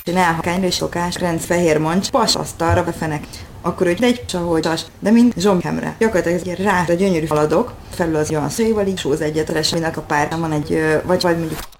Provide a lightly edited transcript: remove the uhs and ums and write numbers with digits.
és elhakányra és szokás, rendsz fehér mancs, pas asztalra befenek. Akkor úgy egy csaholcsas, de mind zsomkemre. Gyakorlatilag rá a gyönyörű haladok, felül az olyan szőjvalig, sóz egyet, aminek a pártán van egy, vagy mondjuk